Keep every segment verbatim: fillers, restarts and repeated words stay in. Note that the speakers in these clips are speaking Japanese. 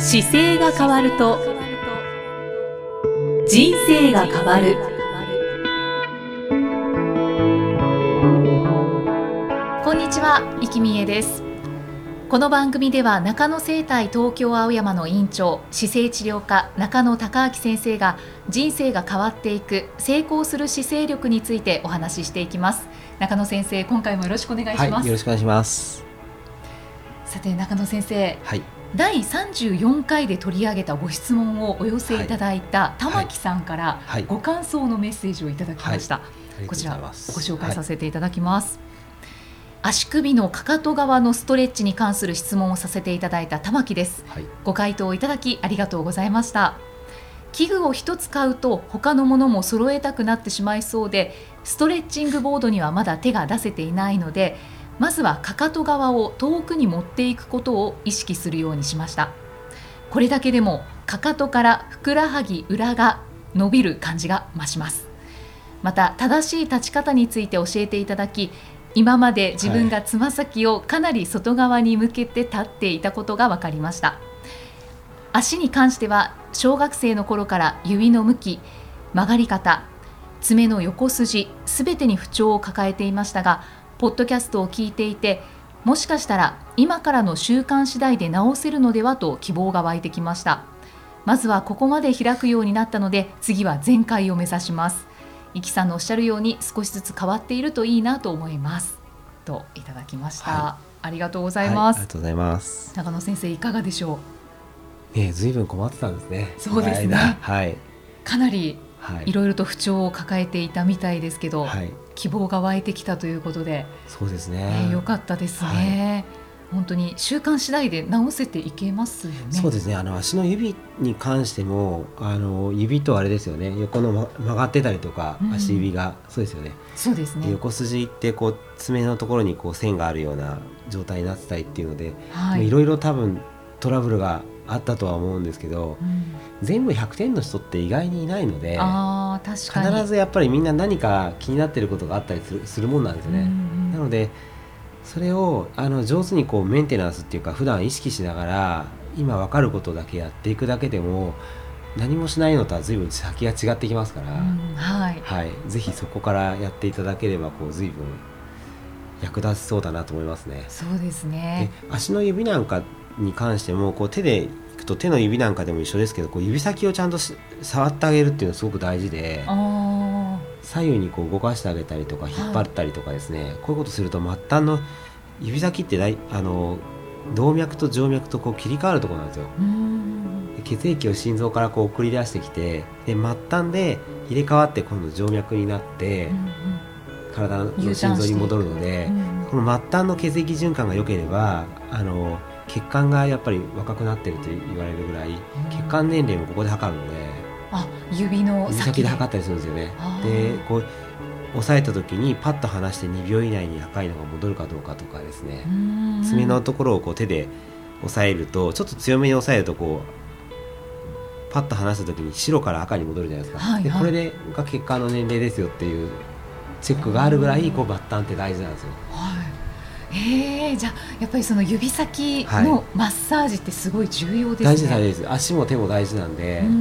姿勢が変わると人生が変わる。こんにちは、生きみえです。この番組では中野生態東京青山の院長、姿勢治療科中野孝明先生が人生が変わっていく成功する姿勢力についてお話ししていきます。中野先生、今回もよろしくお願いします。 はい、よろしくお願いします。 さて中野先生、 はい、 だいさんじゅうよんかいで取り上げたご質問をお寄せいただいた玉木さんからご感想のメッセージをいただきました。はいはい、こちらご紹介させていただきます。はい、足首のかかと側のストレッチに関する質問をさせていただいた玉木です。はい、ご回答いただきありがとうございました。器具を一つ買うと他のものも揃えたくなってしまいそうで、ストレッチングボードにはまだ手が出せていないので、まずはかかと側を遠くに持っていくことを意識するようにしました。これだけでもかかとからふくらはぎ裏が伸びる感じが増します。また正しい立ち方について教えていただき、今まで自分がつま先をかなり外側に向けて立っていたことが分かりました。足に関しては小学生の頃から指の向き、曲がり方、爪の横筋すべてに不調を抱えていましたが、ポッドキャストを聞いていて、もしかしたら今からの習慣次第で直せるのではと希望が湧いてきました。まずはここまで開くようになったので、次は全開を目指します。イキさんのおっしゃるように少しずつ変わっているといいなと思いますといただきました。はい、ありがとうございます。 はい、ありがとうございます。 中野先生いかがでしょう。ね、ずいぶん困ってたんですね。 そうですね。 はい、かなりいろいろと不調を抱えていたみたいですけど、はい、希望が湧いてきたということで、 そうですね、 えー、よかったですね。はい、本当に習慣次第で直せていけますよね。 そうですね。あの足の指に関しても、あの指とあれですよね、横の、ま、曲がってたりとか、うん、足指がそうですよね。 そうですね。 横筋ってこう爪のところにこう線があるような状態になってたりっていうので、いろいろ多分トラブルがあったとは思うんですけど、うん、全部ひゃくてんの人って意外にいないので、 あ、確かに必ずやっぱりみんな何か気になっていることがあったりする、するもんなんですよね。うんうん、なのでそれをあの上手にこうメンテナンスっていうか普段意識しながら今分かることだけやっていくだけでも、何もしないのとは随分先が違ってきますから、うん、はいはい、ぜひそこからやっていただければこう随分役立ちそうだなと思いますね。 そうですね。 で足の指なんかに関してもこう手でいくと、手の指なんかでも一緒ですけど、こう指先をちゃんと触ってあげるっていうのはすごく大事で、あ、左右にこう動かしてあげたりとか引っ張ったりとかですね、はい、こういうことすると末端の指先って大あの動脈と静脈とこう切り替わるところなんですよ。うーん、で血液を心臓からこう送り出してきて、で末端で入れ替わって今度静脈になって、うんうん、体の心臓に戻るので、うん、この末端の血液循環が良ければ、あの血管がやっぱり若くなっていると言われるぐらい、うん、血管年齢もここで測るので、 あ、指の先で指先で測ったりするんですよね。でこう押さえた時にパッと離してにびょう以内に赤いのが戻るかどうかとかですね、爪のところをこう手で押さえると、ちょっと強めに押さえるとこうパッと離した時に白から赤に戻るじゃないですか。はいはい、でこれでが血管の年齢ですよっていうチェックがあるぐらいこう末端って大事なんですよ。はい、 えー、じゃあやっぱりその指先のマッサージってすごい重要ですね。 大事大事です。足も手も大事なんで、うんうん、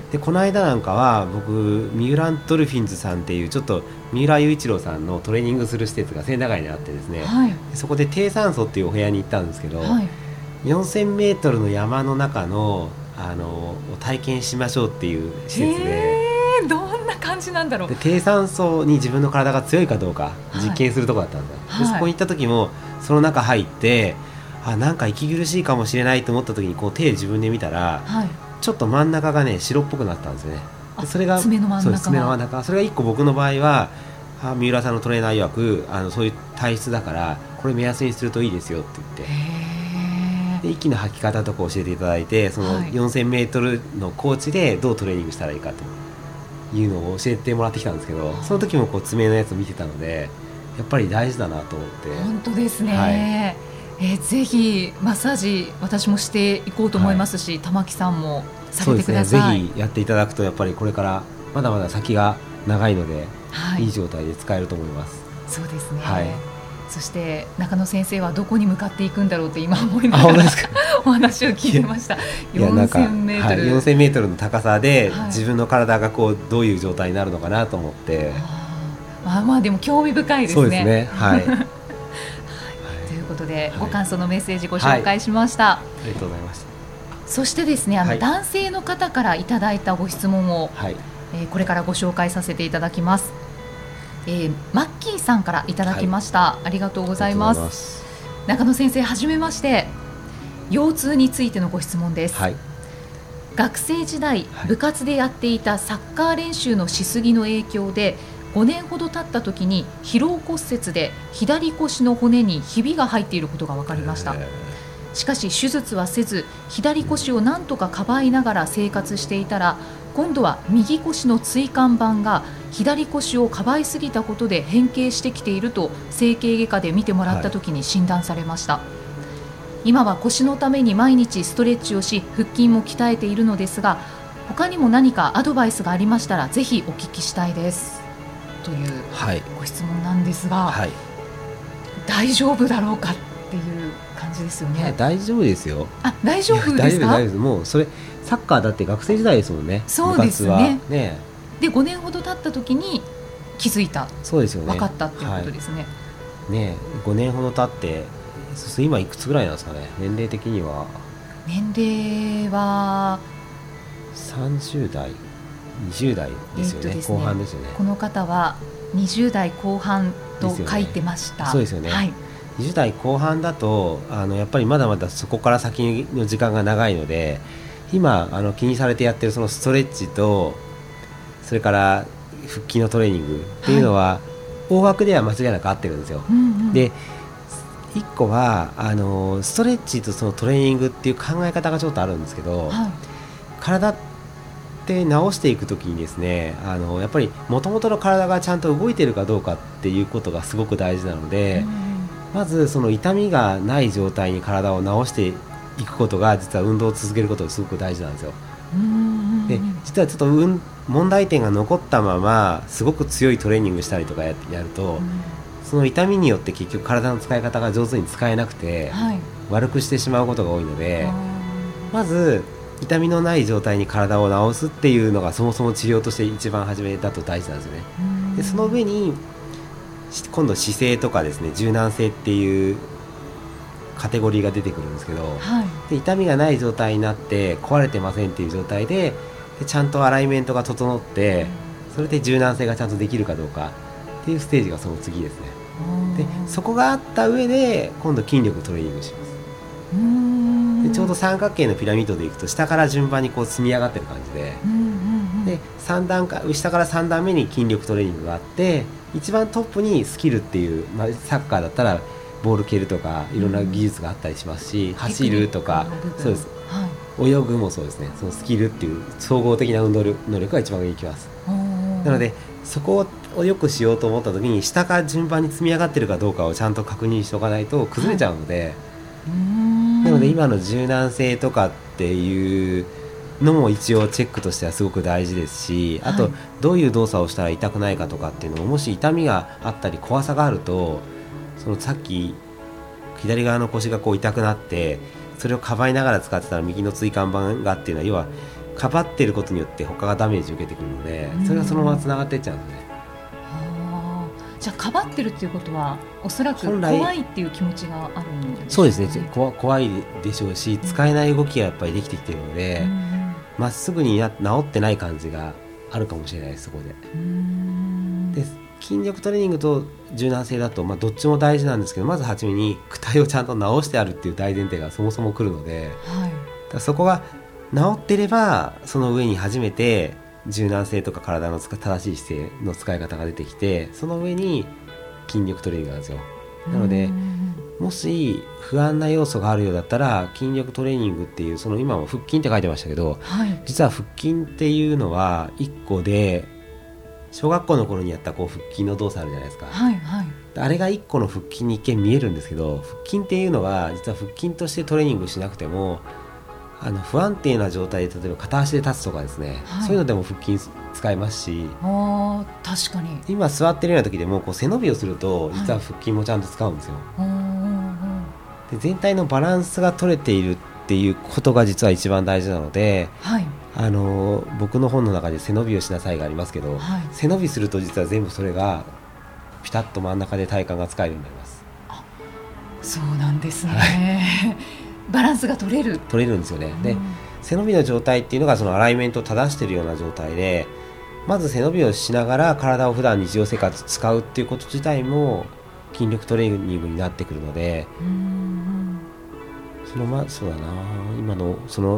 でこの間なんかは僕ミュランドルフィンズさんっていうちょっと三浦雄一郎さんのトレーニングする施設が千駄ヶ谷にあってですね、はい、そこで低酸素っていうお部屋に行ったんですけど、はい、よんせんメートルの山の中のあの体験しましょうっていう施設で、 えー、どんな感じなんだろう。 で低酸素に自分の体が強いかどうか実験するところだったんだ、はい、でそこに行った時もその中入って、あ、なんか息苦しいかもしれないと思った時にこう手自分で見たら、はい、ちょっと真ん中がね白っぽくなったんですよね。でそれが爪の真ん中が、 そう爪の真ん中、それがいっこ僕の場合は、あ、三浦さんのトレーナー曰くあのそういう体質だからこれ目安にするといいですよって言って、へで息の吐き方とか教えていただいて、そのよんせんメートルのコーチでどうトレーニングしたらいいかというのを教えてもらってきたんですけど、その時もこう爪のやつを見てたので、やっぱり大事だなと思って。 本当ですね。はい、えー、ぜひマッサージ私もしていこうと思いますし、はい、玉木さんもされてください。 そうですね、ぜひやっていただくとやっぱりこれからまだまだ先が長いので、はい、いい状態で使えると思います。 そうですね、 はい、 そして中野先生はどこに向かっていくんだろうって今思いながらお話を聞いてました。よんせんメートル、 はい、よんせんメートルの高さで自分の体がこうどういう状態になるのかなと思って、 ああまあでも興味深いですね。 そうですね、はいはい、 ということで、はい、ご感想のメッセージご紹介しました、はい、 ありがとうございました。 そしてですね、あの、はい、男性の方からいただいたご質問を、はい、えー、これからご紹介させていただきます。えー、マッキーさんからいただきました、はい、ありがとうございます。ます中野先生、はじめまして。腰痛についてのご質問です、はい、学生時代、はい、部活でやっていたサッカー練習のしすぎの影響でごねんほど経った時に疲労骨折で左腰の骨にひびが入っていることが分かりました。しかし手術はせず左腰を何とかかばいながら生活していたら、今度は右腰の椎間板が左腰をかばいすぎたことで変形してきていると整形外科で見てもらった時に診断されました、はい、今は腰のために毎日ストレッチをし腹筋も鍛えているのですが、他にも何かアドバイスがありましたらぜひお聞きしたいですというご質問なんですが、はいはい、大丈夫だろうかっていう感じですよね。 いや大丈夫ですよ。 あ、大丈夫ですか。大丈夫、大丈夫。 もうそれサッカーだって学生時代ですもんね。 そうですね。ねでごねんほど経った時に気づいた、 そうですよね、 分かったっていうことですね、はい、 ねごねんほど経って、今いくつぐらいなんですかね、年齢的には。 年齢はさんじゅう代、にじゅう代ですよね、えー、ですね、後半ですよね。 この方はにじゅう代後半と書いてました、 ね、そうですよね、 はい、 にじゅう代後半だとあのやっぱりまだまだそこから先の時間が長いので、今あの気にされてやってるそのストレッチとそれから腹筋のトレーニングっていうのは、はい、大枠では間違いなく合ってるんですよ、うんうん、でいっこはあのストレッチとそのトレーニングっていう考え方がちょっとあるんですけど、はい、体って直していくときにですね、あのやっぱり元々の体がちゃんと動いているかどうかっていうことがすごく大事なので、うん、まずその痛みがない状態に体を直していくことが実は運動を続けることがすごく大事なんですよ。うん、で実はちょっと、うん、問題点が残ったまますごく強いトレーニングしたりとか や, やると、うん、その痛みによって結局体の使い方が上手に使えなくて、はい、悪くしてしまうことが多いので、まず痛みのない状態に体を治すっていうのがそもそも治療として一番初めだと大事なんですよね。でその上に今度姿勢とかですね、柔軟性っていうカテゴリーが出てくるんですけど、はい、で痛みがない状態になって壊れてませんっていう状態 で, でちゃんとアライメントが整って、それで柔軟性がちゃんとできるかどうかっていうステージがその次ですね。でそこがあった上で今度筋力トレーニングします。うーんでちょうど三角形のピラミッドでいくと下から順番にこう積み上がってる感じ で,、うんうんうん、でさん段か下からさん段目に筋力トレーニングがあって、一番トップにスキルっていう、まあ、サッカーだったらボール蹴るとかいろんな技術があったりしますし、うん、走るとか、そうです、はい、泳ぐもそうですね。そのスキルっていう総合的な運動能力が一番上にきます。なのでそこをよくしようと思った時に下から順番に積み上がってるかどうかをちゃんと確認しておかないと崩れちゃうので、はい、うーんなので今の柔軟性とかっていうのも一応チェックとしてはすごく大事ですし、あとどういう動作をしたら痛くないかとかっていうのも、もし痛みがあったり怖さがあると、そのさっき左側の腰がこう痛くなってそれをかばいながら使ってたら右の椎間板がっていうのは、要はかばっていることによって他がダメージを受けてくるので、それがそのままつながっていっちゃうんですね。 あじゃあかばってるっていうことはおそらく怖いっていう気持ちがあるんですかね。 そうですね、怖、怖いでしょうし、使えない動きがやっぱりできてきているので、まっすぐに治ってない感じがあるかもしれないです。そこでで筋力トレーニングと柔軟性だと、まあ、どっちも大事なんですけど、まず初めに躯体をちゃんと直してあるっていう大前提がそもそも来るので、はい、だそこが治ってればその上に初めて柔軟性とか体の正しい姿勢の使い方が出てきて、その上に筋力トレーニングなんですよ。なのでもし不安な要素があるようだったら、筋力トレーニングっていう、その今も腹筋って書いてましたけど、はい、実は腹筋っていうのはいっこで小学校の頃にやったこう腹筋の動作あるじゃないですか、はいはい、あれがいっこの腹筋に一見見えるんですけど、腹筋っていうのは実は腹筋としてトレーニングしなくても、あの不安定な状態で例えば片足で立つとかですね、はい、そういうのでも腹筋使えますし、 あ確かに今座ってるような時でもこう背伸びをすると実は腹筋もちゃんと使うんですよ、はい、で全体のバランスが取れているっていうことが実は一番大事なので、はい、あの僕の本の中で背伸びをしなさいがありますけど、はい、背伸びすると実は全部それがピタッと真ん中で体幹が使えるようになります。 あそうなんですね、はい、バランスが取れる取れるんですよね。で背伸びの状態っていうのがそのアライメントを正しているような状態で、まず背伸びをしながら体を普段日常生活使うっていうこと自体も筋力トレーニングになってくるので、うーんそのまそうだな今のその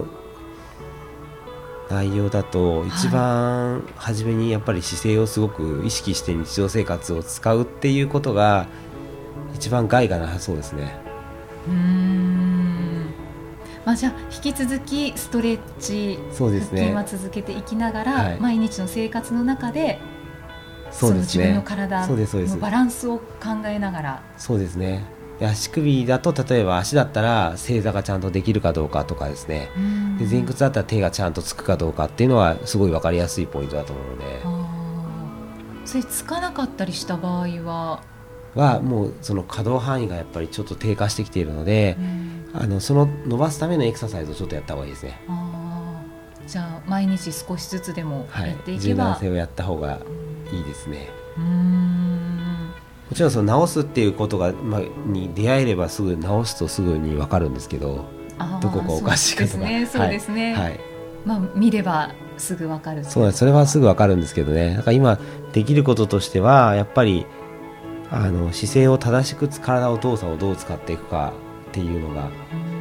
内容だと一番初めにやっぱり姿勢をすごく意識して日常生活を使うっていうことが一番害がなさそうですね。 うーんまあ、じゃあ引き続きストレッチそうですね、 腹筋は続けていきながら、はい、毎日の生活の中でそうですね、 その自分の体のバランスを考えながらそうですね。で足首だと例えば足だったら正座がちゃんとできるかどうかとかですね、で前屈だったら手がちゃんとつくかどうかっていうのはすごい分かりやすいポイントだと思うので、あそれつかなかったりした場合ははもうその可動範囲がやっぱりちょっと低下してきているので、あのその伸ばすためのエクササイズをちょっとやった方がいいですね。 あじゃあ毎日少しずつでもやっていけば、はい、 柔軟性をやった方がいいですね。うーんもちろんその直すっていうことが、まあ、に出会えればすぐ直すとすぐに分かるんですけど、どこかおかしいかとかそうですね、そうですね、はいはい、まあ、見ればすぐ分かる。 そうです、それはすぐ分かるんですけどね。だから今できることとしてはやっぱりあの姿勢を正しく体を動作をどう使っていくかっていうのが、うん、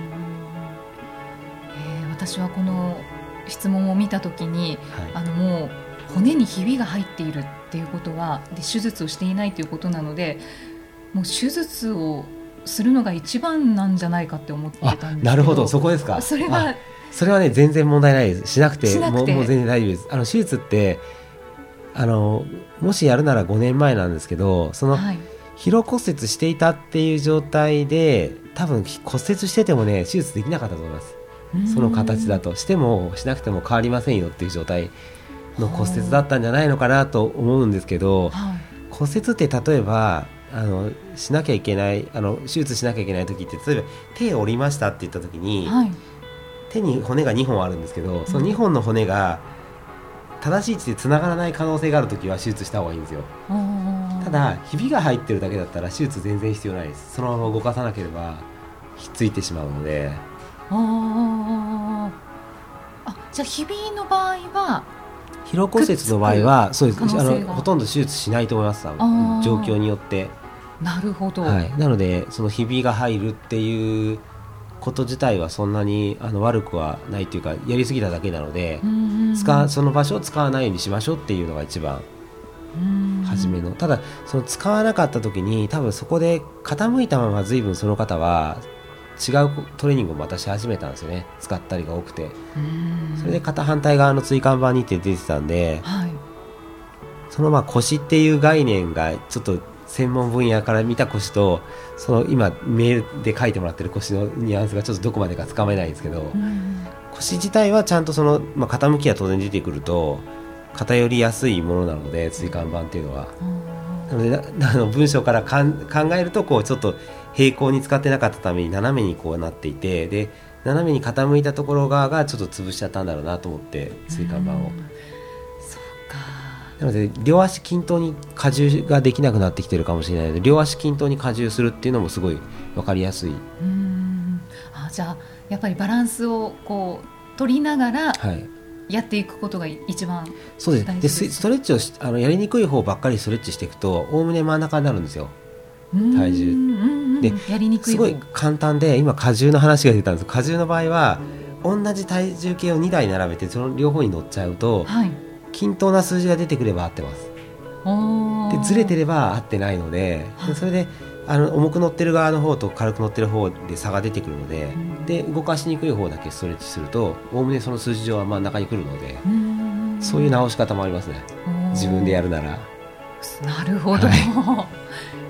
えー、私はこの質問を見たときに、はい、あのもう骨にひびが入っているっていうことはで手術をしていないということなので、もう手術をするのが一番なんじゃないかって思ってたんですけど。 なるほど、そこですか。 それはそれはね全然問題ないです。しなくて、しなくてもう、もう全然大丈夫です。あの手術ってあのもしやるならごねんまえなんですけど、その、はい、疲労骨折していたっていう状態で多分骨折しててもね手術できなかったと思います。その形だとしてもしなくても変わりませんよっていう状態の骨折だったんじゃないのかなと思うんですけど、はい、骨折って例えばあのしなきゃいけないあの手術しなきゃいけない時って、例えば手を折りましたって言った時に、はい、手に骨がにほんあるんですけど、そのにほんの骨が正しい位置でつながらない可能性がある時は手術した方がいいんですよ。ただひびが入ってるだけだったら手術全然必要ないです。そのまま動かさなければひっついてしまうので。 ああ、じゃあひびの場合は疲労骨折の場合はそうです、あのほとんど手術しないと思います。状況によって。 なるほど、 はい、なのでそのひびが入るっていうこと自体はそんなにあの悪くはないというか、やりすぎただけなので、使その場所を使わないようにしましょうっていうのが一番初めの。ただその使わなかった時に多分そこで傾いたまま随分その方は違うトレーニングをまたし始めたんですよね。使ったりが多くて、それで肩反対側の椎間板にって出てたんで、はい、そのまあ腰っていう概念がちょっと専門分野から見た腰と、その今メールで書いてもらってる腰のニュアンスがちょっとどこまでかつかめないんですけど、腰自体はちゃんとその、まあ、傾きは当然出てくると偏りやすいものなので、椎間板っていうのは、なのでなあの文章からかん考えるとこうちょっと平行に使ってなかったために斜めにこうなっていて、で斜めに傾いたところ側がちょっと潰しちゃったんだろうなと思って、椎間板を。そうか。なので両足均等に荷重ができなくなってきてるかもしれないので、両足均等に荷重するっていうのもすごい分かりやすい。うーんあじゃあやっぱりバランスをこう取りながら、はいやっていくことが一番大事です。 そうです。でストレッチをしあのやりにくい方ばっかりストレッチしていくとおおむね真ん中になるんですよ、体重で。やりにくい方すごい簡単で、今荷重の話が出たんです。荷重の場合は同じ体重計をにだい並べてその両方に乗っちゃうと、はい、均等な数字が出てくれば合ってます。でずれてれば合ってないので、でそれであの重く乗ってる側の方と軽く乗ってる方で差が出てくるので、うん、で動かしにくい方だけストレッチするとおおむねその数字上は真ん中に来るので、うんそういう直し方もありますね、自分でやるなら。 なるほど、はい、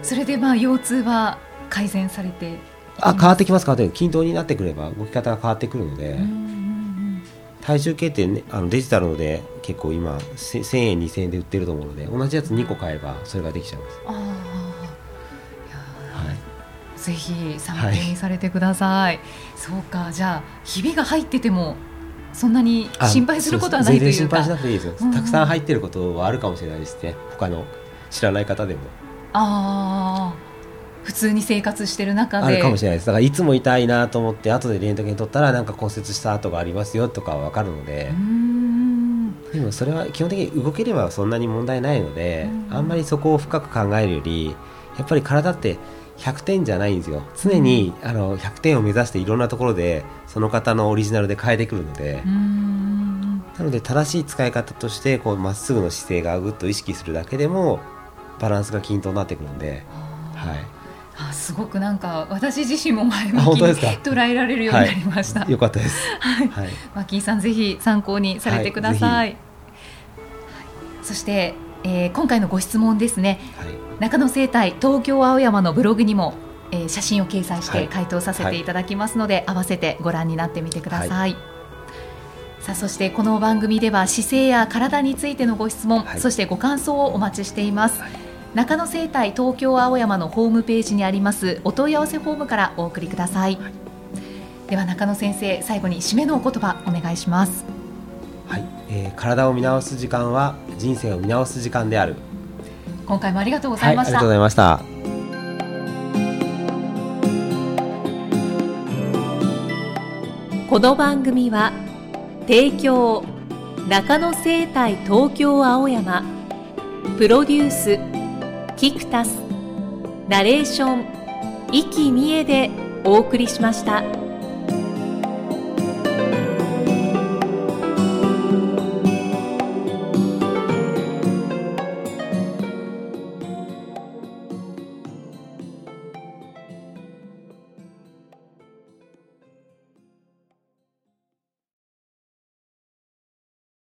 それでまあ腰痛は改善されてあ変わってきます変わって均等になってくれば動き方が変わってくるので、うん体重計って、ね、あのデジタルので結構今せんえんにせんえんで売ってると思うので、同じやつにこ買えばそれができちゃいます。あ、いや、 はい、ぜひ参考にされてください、はい、そうか、じゃあひびが入っててもそんなに心配することはないというか。 全然心配しなくていいですよ、うんうん、たくさん入ってることはあるかもしれないですね、他の知らない方でも。ああ、普通に生活してる中であるかもしれないです。だからいつも痛いなと思って後でレントゲン取ったらなんか骨折した跡がありますよとかは分かるので、うーん、でもそれは基本的に動ければそんなに問題ないので、あんまりそこを深く考えるより、やっぱり体ってひゃくてんじゃないんですよ。常にあのひゃくてんを目指していろんなところでその方のオリジナルで変えてくるので、うーん、なので正しい使い方としてこうまっすぐの姿勢がぐっと意識するだけでもバランスが均等になってくるので、はい、 あ、すごくなんか私自身も前向きに捉えられるようになりました。 はい、よかったです。 はいはい、マッキーさんぜひ参考にされてください。はい、そして、えー、今回のご質問ですね、はい、中野生態東京青山のブログにも、えー、写真を掲載して回答させていただきますので、はいはい、合わせてご覧になってみてください。はい、さあ、そしてこの番組では姿勢や体についてのご質問、はい、そしてご感想をお待ちしています。はい、中野生態東京青山のホームページにありますお問い合わせフォームからお送りください。はい、では中野先生、最後に締めのお言葉お願いします。 はい、えー、体を見直す時間は人生を見直す時間である。 今回もありがとうございました。 はい、ありがとうございました。 この番組は提供中野生態東京青山、プロデュースキクタス、ナレーション生きみえでお送りしました。